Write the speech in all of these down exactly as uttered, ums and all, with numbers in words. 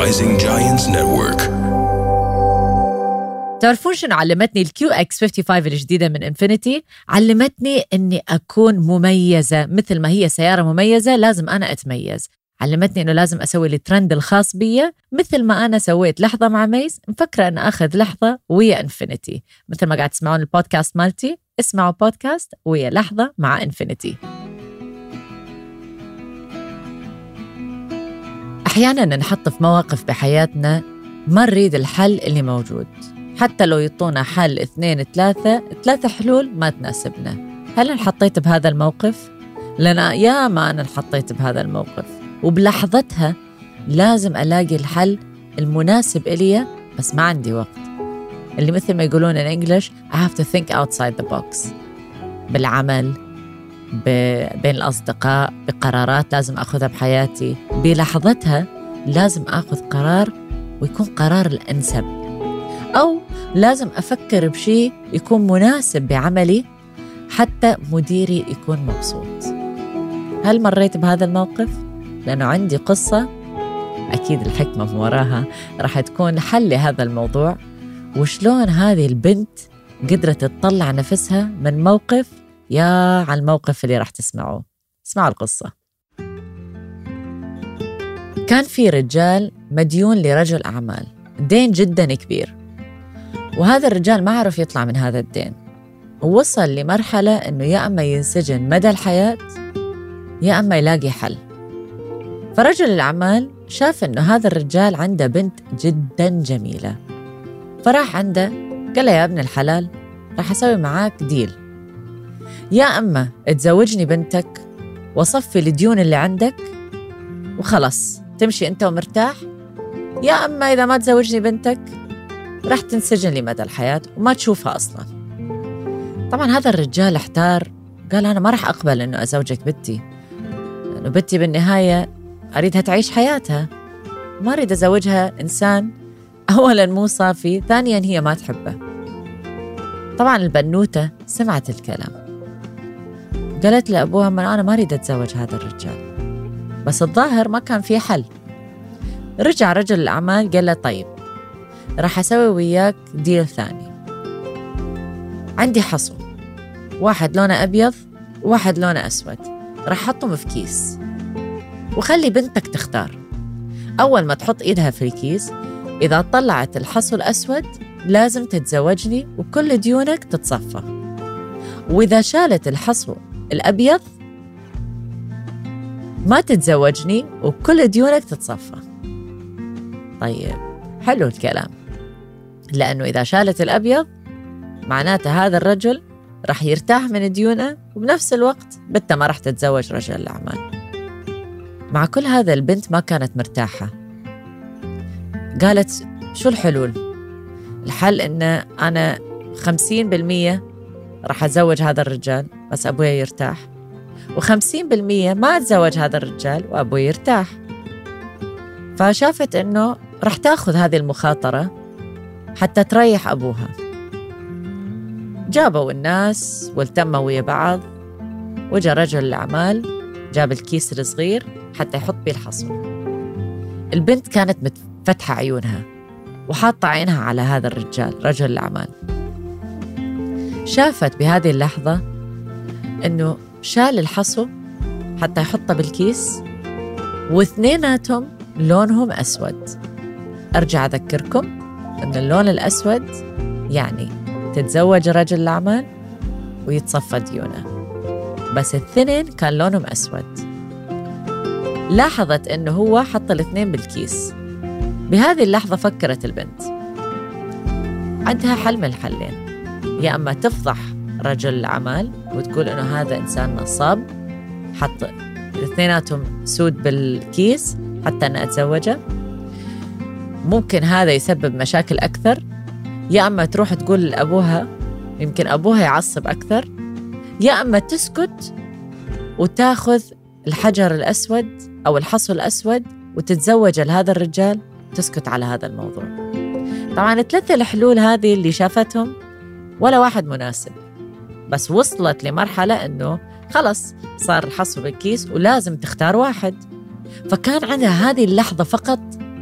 Rising Giants Network. تعرفون شنو علمتني الكيو إكس خمسة وخمسين الجديدة من إنفينيتي؟ علمتني أني أكون مميزة. مثل ما هي سيارة مميزة لازم أنا أتميز. علمتني أنه لازم أسوي لي ترند الخاص بي، مثل ما أنا سويت لحظة مع ميز، مفكرة أن أخذ لحظة ويا إنفينيتي. مثل ما قاعد تسمعون البودكاست مالتي، اسمعوا بودكاست ويا لحظة مع إنفينيتي. أحياناً نحط في مواقف بحياتنا ما نريد الحل اللي موجود، حتى لو يطونا حل اثنين ثلاثة ثلاثة حلول ما تناسبنا. هل انحطيت بهذا الموقف؟ لأن يا ما أنا انحطيت بهذا الموقف، وبلحظتها لازم ألاقي الحل المناسب إلي، بس ما عندي وقت. اللي مثل ما يقولون in English I have to think outside the box. بالعمل، ب- بين الأصدقاء، بقرارات لازم أخذها بحياتي، بلحظتها لازم أخذ قرار ويكون قرار الأنسب، أو لازم أفكر بشيء يكون مناسب بعملي حتى مديري يكون مبسوط. هل مريت بهذا الموقف؟ لأنه عندي قصة أكيد الحكمة من وراها راح تكون حل لهذا الموضوع، وشلون هذه البنت قدرت تطلع نفسها من موقف. يا على الموقف اللي راح تسمعوه. اسمعوا القصة. كان في رجال مديون لرجل أعمال، دين جدا كبير، وهذا الرجال ما عرف يطلع من هذا الدين، ووصل لمرحلة أنه يا أما ينسجن مدى الحياة يا أما يلاقي حل. فرجل الأعمال شاف أنه هذا الرجال عنده بنت جدا جميلة، فراح عنده قال له يا ابن الحلال راح أسوي معاك ديل، يا أما تزوجني بنتك وصفي الديون اللي عندك وخلص تمشي أنت ومرتاح، يا أما إذا ما تزوجني بنتك راح تنسجن لي مدى الحياة وما تشوفها أصلاً. طبعاً هذا الرجال احتار، قال أنا ما راح أقبل أنه أزوجك بنتي، لأنه بنتي بالنهاية أريدها تعيش حياتها، ما أريد أزوجها إنسان أولاً مو صافي، ثانياً هي ما تحبه. طبعاً البنوتة سمعت الكلام، قالت لأبوها من أنا ما أريد أتزوج هذا الرجال، بس الظاهر ما كان في حل. رجع رجل الأعمال قال له طيب راح أسوي وياك ديل ثاني، عندي حصو، واحد لونه أبيض وواحد لونه أسود، راح أحطهم في كيس وخلي بنتك تختار. أول ما تحط إيدها في الكيس إذا طلعت الحصو الأسود لازم تتزوجني وكل ديونك تتصفى، وإذا شالت الحصو الأبيض ما تتزوجني وكل ديونك تتصفى. طيب حلو الكلام، لأنه إذا شالت الأبيض معناته هذا الرجل رح يرتاح من ديونه، وبنفس الوقت بنته ما رح تتزوج رجل الأعمال. مع كل هذا البنت ما كانت مرتاحة، قالت شو الحلول؟ الحل إنه أنا خمسين بالمية رح أتزوج هذا الرجال بس أبويا يرتاح، وخمسين بالمية ما أتزوج هذا الرجال وأبويا يرتاح. فشافت إنه رح تأخذ هذه المخاطرة حتى تريح أبوها. جابوا الناس والتموا ويا بعض، وجاء رجل الأعمال جاب الكيس الصغير حتى يحط بيه الحصو. البنت كانت متفتحة عيونها وحاطة عينها على هذا الرجال رجل الأعمال. شافت بهذه اللحظة إنه شال الحصو حتى يحطه بالكيس، واثنيناتهم لونهم أسود. أرجع أذكركم أن اللون الأسود يعني تتزوج رجل الأعمال ويتصفى ديونه، بس الثنين كان لونهم أسود. لاحظت أنه هو حط الاثنين بالكيس. بهذه اللحظة فكرت البنت عندها حل من الحلين، يا أما تفضح رجل الأعمال وتقول أنه هذا إنسان نصاب حط الاثنيناتهم سود بالكيس حتى أن أتزوجه، ممكن هذا يسبب مشاكل أكثر، يا أما تروح تقول لأبوها يمكن أبوها يعصب أكثر، يا أما تسكت وتاخذ الحجر الأسود أو الحصو الأسود وتتزوج لهذا الرجال، تسكت على هذا الموضوع. طبعاً الثلاثة الحلول هذه اللي شافتهم ولا واحد مناسب، بس وصلت لمرحلة أنه خلص صار الحصو بالكيس ولازم تختار واحد. فكان عندها هذه اللحظة فقط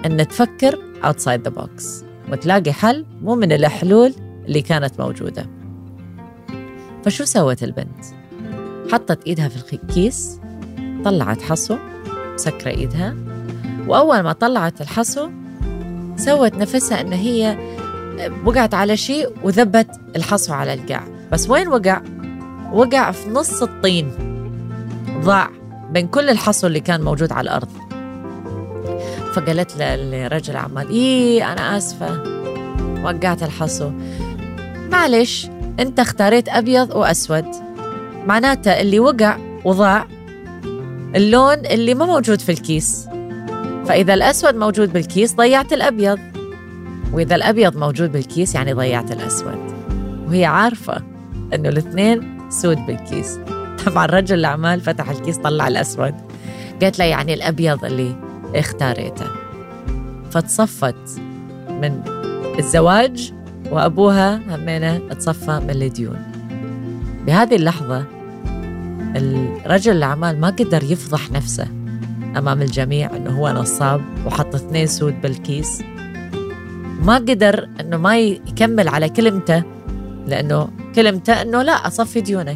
أن تفكر outside the box وتلاقي حل مو من الحلول اللي كانت موجودة. فشو سوت البنت؟ حطت إيدها في الكيس، طلعت حصو، سكرة إيدها، وأول ما طلعت الحصو سوت نفسها أن هي وقعت على شيء وذبت الحصو على القاع. بس وين وقع؟ وقع في نص الطين، ضاع بين كل الحصو اللي كان موجود على الأرض. فقالت لرجل الأعمال: إيه أنا آسفة، وقعت الحصو. معلش، أنت اختاريت أبيض وأسود، معناته اللي وقع وضاع اللون اللي ما موجود في الكيس، فإذا الأسود موجود بالكيس ضيعت الأبيض، وإذا الأبيض موجود بالكيس يعني ضيعت الأسود. وهي عارفة أنه الاثنين سود بالكيس. طبعا رجل الأعمال فتح الكيس طلع الأسود، قالت له: يعني الأبيض اللي اختاريته. فتصفت من الزواج، وأبوها همينة تصفى من الديون. بهذه اللحظة الرجل الأعمال ما قدر يفضح نفسه أمام الجميع أنه هو نصاب وحط اثنين سود بالكيس. ما قدر أنه ما يكمل على كلمته، لأنه كلمته أنه لا أصفي ديونك.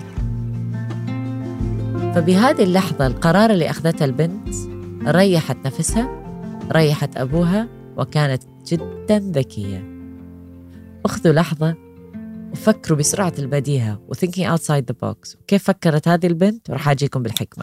فبهذه اللحظة القرار اللي أخذته البنت ريحت نفسها، ريحت أبوها، وكانت جدا ذكية. أخذوا لحظة وفكروا بسرعة البديهة و thinking outside the box. وكيف فكرت هذه البنت؟ ورح أجيكم بالحكمة.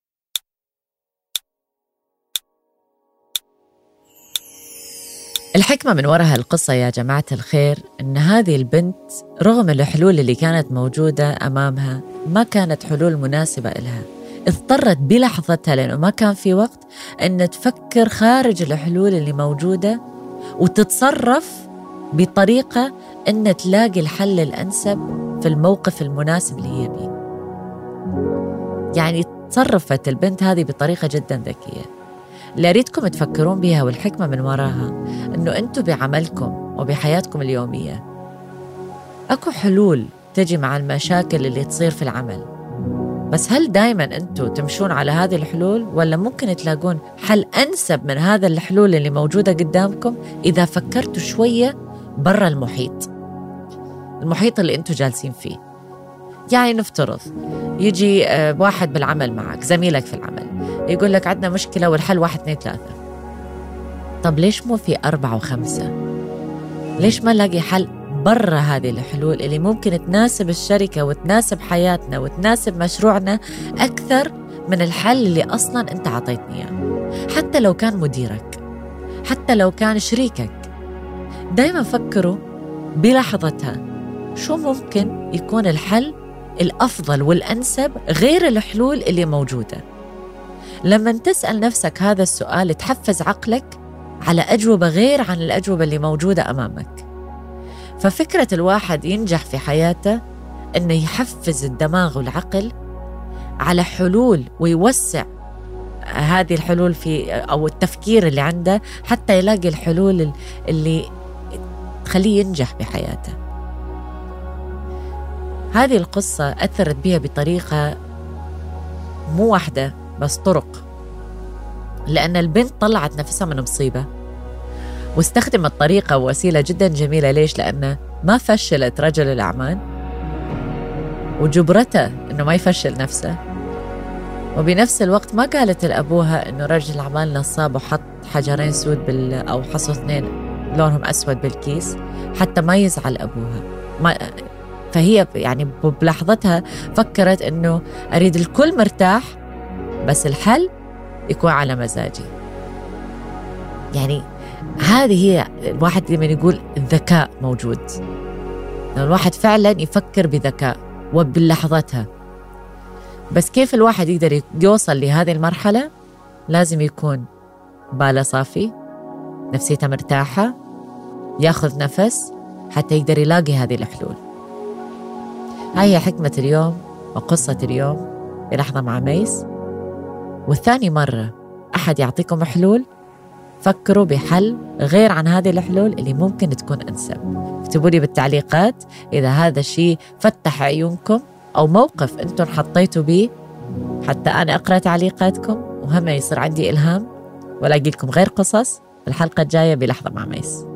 الحكمة من وراء القصة يا جماعة الخير إن هذه البنت رغم الحلول اللي كانت موجودة أمامها ما كانت حلول مناسبة إلها. اضطرت بلحظتها، لأنه ما كان في وقت، أن تفكر خارج الحلول اللي موجودة وتتصرف بطريقة أن تلاقي الحل الأنسب في الموقف المناسب اللي هي بيه. يعني تصرفت البنت هذه بطريقة جدا ذكية. اللي أريدكم تفكرون بها والحكمة من وراها أنه أنتم بعملكم وبحياتكم اليومية أكو حلول تجي مع المشاكل اللي تصير في العمل، بس هل دايما أنتم تمشون على هذه الحلول، ولا ممكن تلاقون حل أنسب من هذا الحلول اللي موجودة قدامكم إذا فكرتوا شوية برا المحيط المحيط اللي أنتم جالسين فيه؟ يعني نفترض يجي واحد بالعمل معك، زميلك في العمل، يقول لك عندنا مشكلة والحل واحد اثنين ثلاثة. طب ليش مو في أربعة وخمسة؟ ليش ما نلاقي حل برا هذه الحلول اللي ممكن تناسب الشركة وتناسب حياتنا وتناسب مشروعنا أكثر من الحل اللي أصلاً أنت عطيتني إياه؟ حتى لو كان مديرك، حتى لو كان شريكك، دايما فكروا بلحظتها شو ممكن يكون الحل الأفضل والأنسب غير الحلول اللي موجودة. لما تسأل نفسك هذا السؤال تحفز عقلك على أجوبة غير عن الأجوبة اللي موجودة أمامك. ففكرة الواحد ينجح في حياته أنه يحفز الدماغ والعقل على حلول ويوسع هذه الحلول في أو التفكير اللي عنده حتى يلاقي الحلول اللي تخليه ينجح بحياته. هذه القصة أثرت بها بطريقة مو واحدة بس طرق، لأن البنت طلعت نفسها من مصيبة واستخدمت طريقة ووسيلة جدا جميلة. ليش؟ لأنه ما فشلت رجل الأعمال وجبرته أنه ما يفشل نفسه، وبنفس الوقت ما قالت لأبوها أنه رجل الأعمال نصاب وحط حجرين سود بال أو حصوا اثنين لونهم أسود بالكيس حتى ما يزعل أبوها. ما فهي يعني بلحظتها فكرت أنه أريد الكل مرتاح بس الحل يكون على مزاجي. يعني هذه هي الواحد لما يقول الذكاء موجود، الواحد فعلا يفكر بذكاء وباللحظتها. بس كيف الواحد يقدر يوصل لهذه المرحلة؟ لازم يكون باله صافي، نفسيته مرتاحة، ياخذ نفس حتى يقدر يلاقي هذه الحلول. هاي هي حكمة اليوم وقصة اليوم بلحظة مع ميس. والثاني مرة أحد يعطيكم حلول فكروا بحل غير عن هذه الحلول اللي ممكن تكون أنسب. اكتبوا لي بالتعليقات إذا هذا الشيء فتح عيونكم أو موقف أنتم حطيتوا به حتى أنا أقرأ تعليقاتكم وهم يصير عندي إلهام ولا أجي لكم غير قصص الحلقة الجاية بلحظة مع ميس.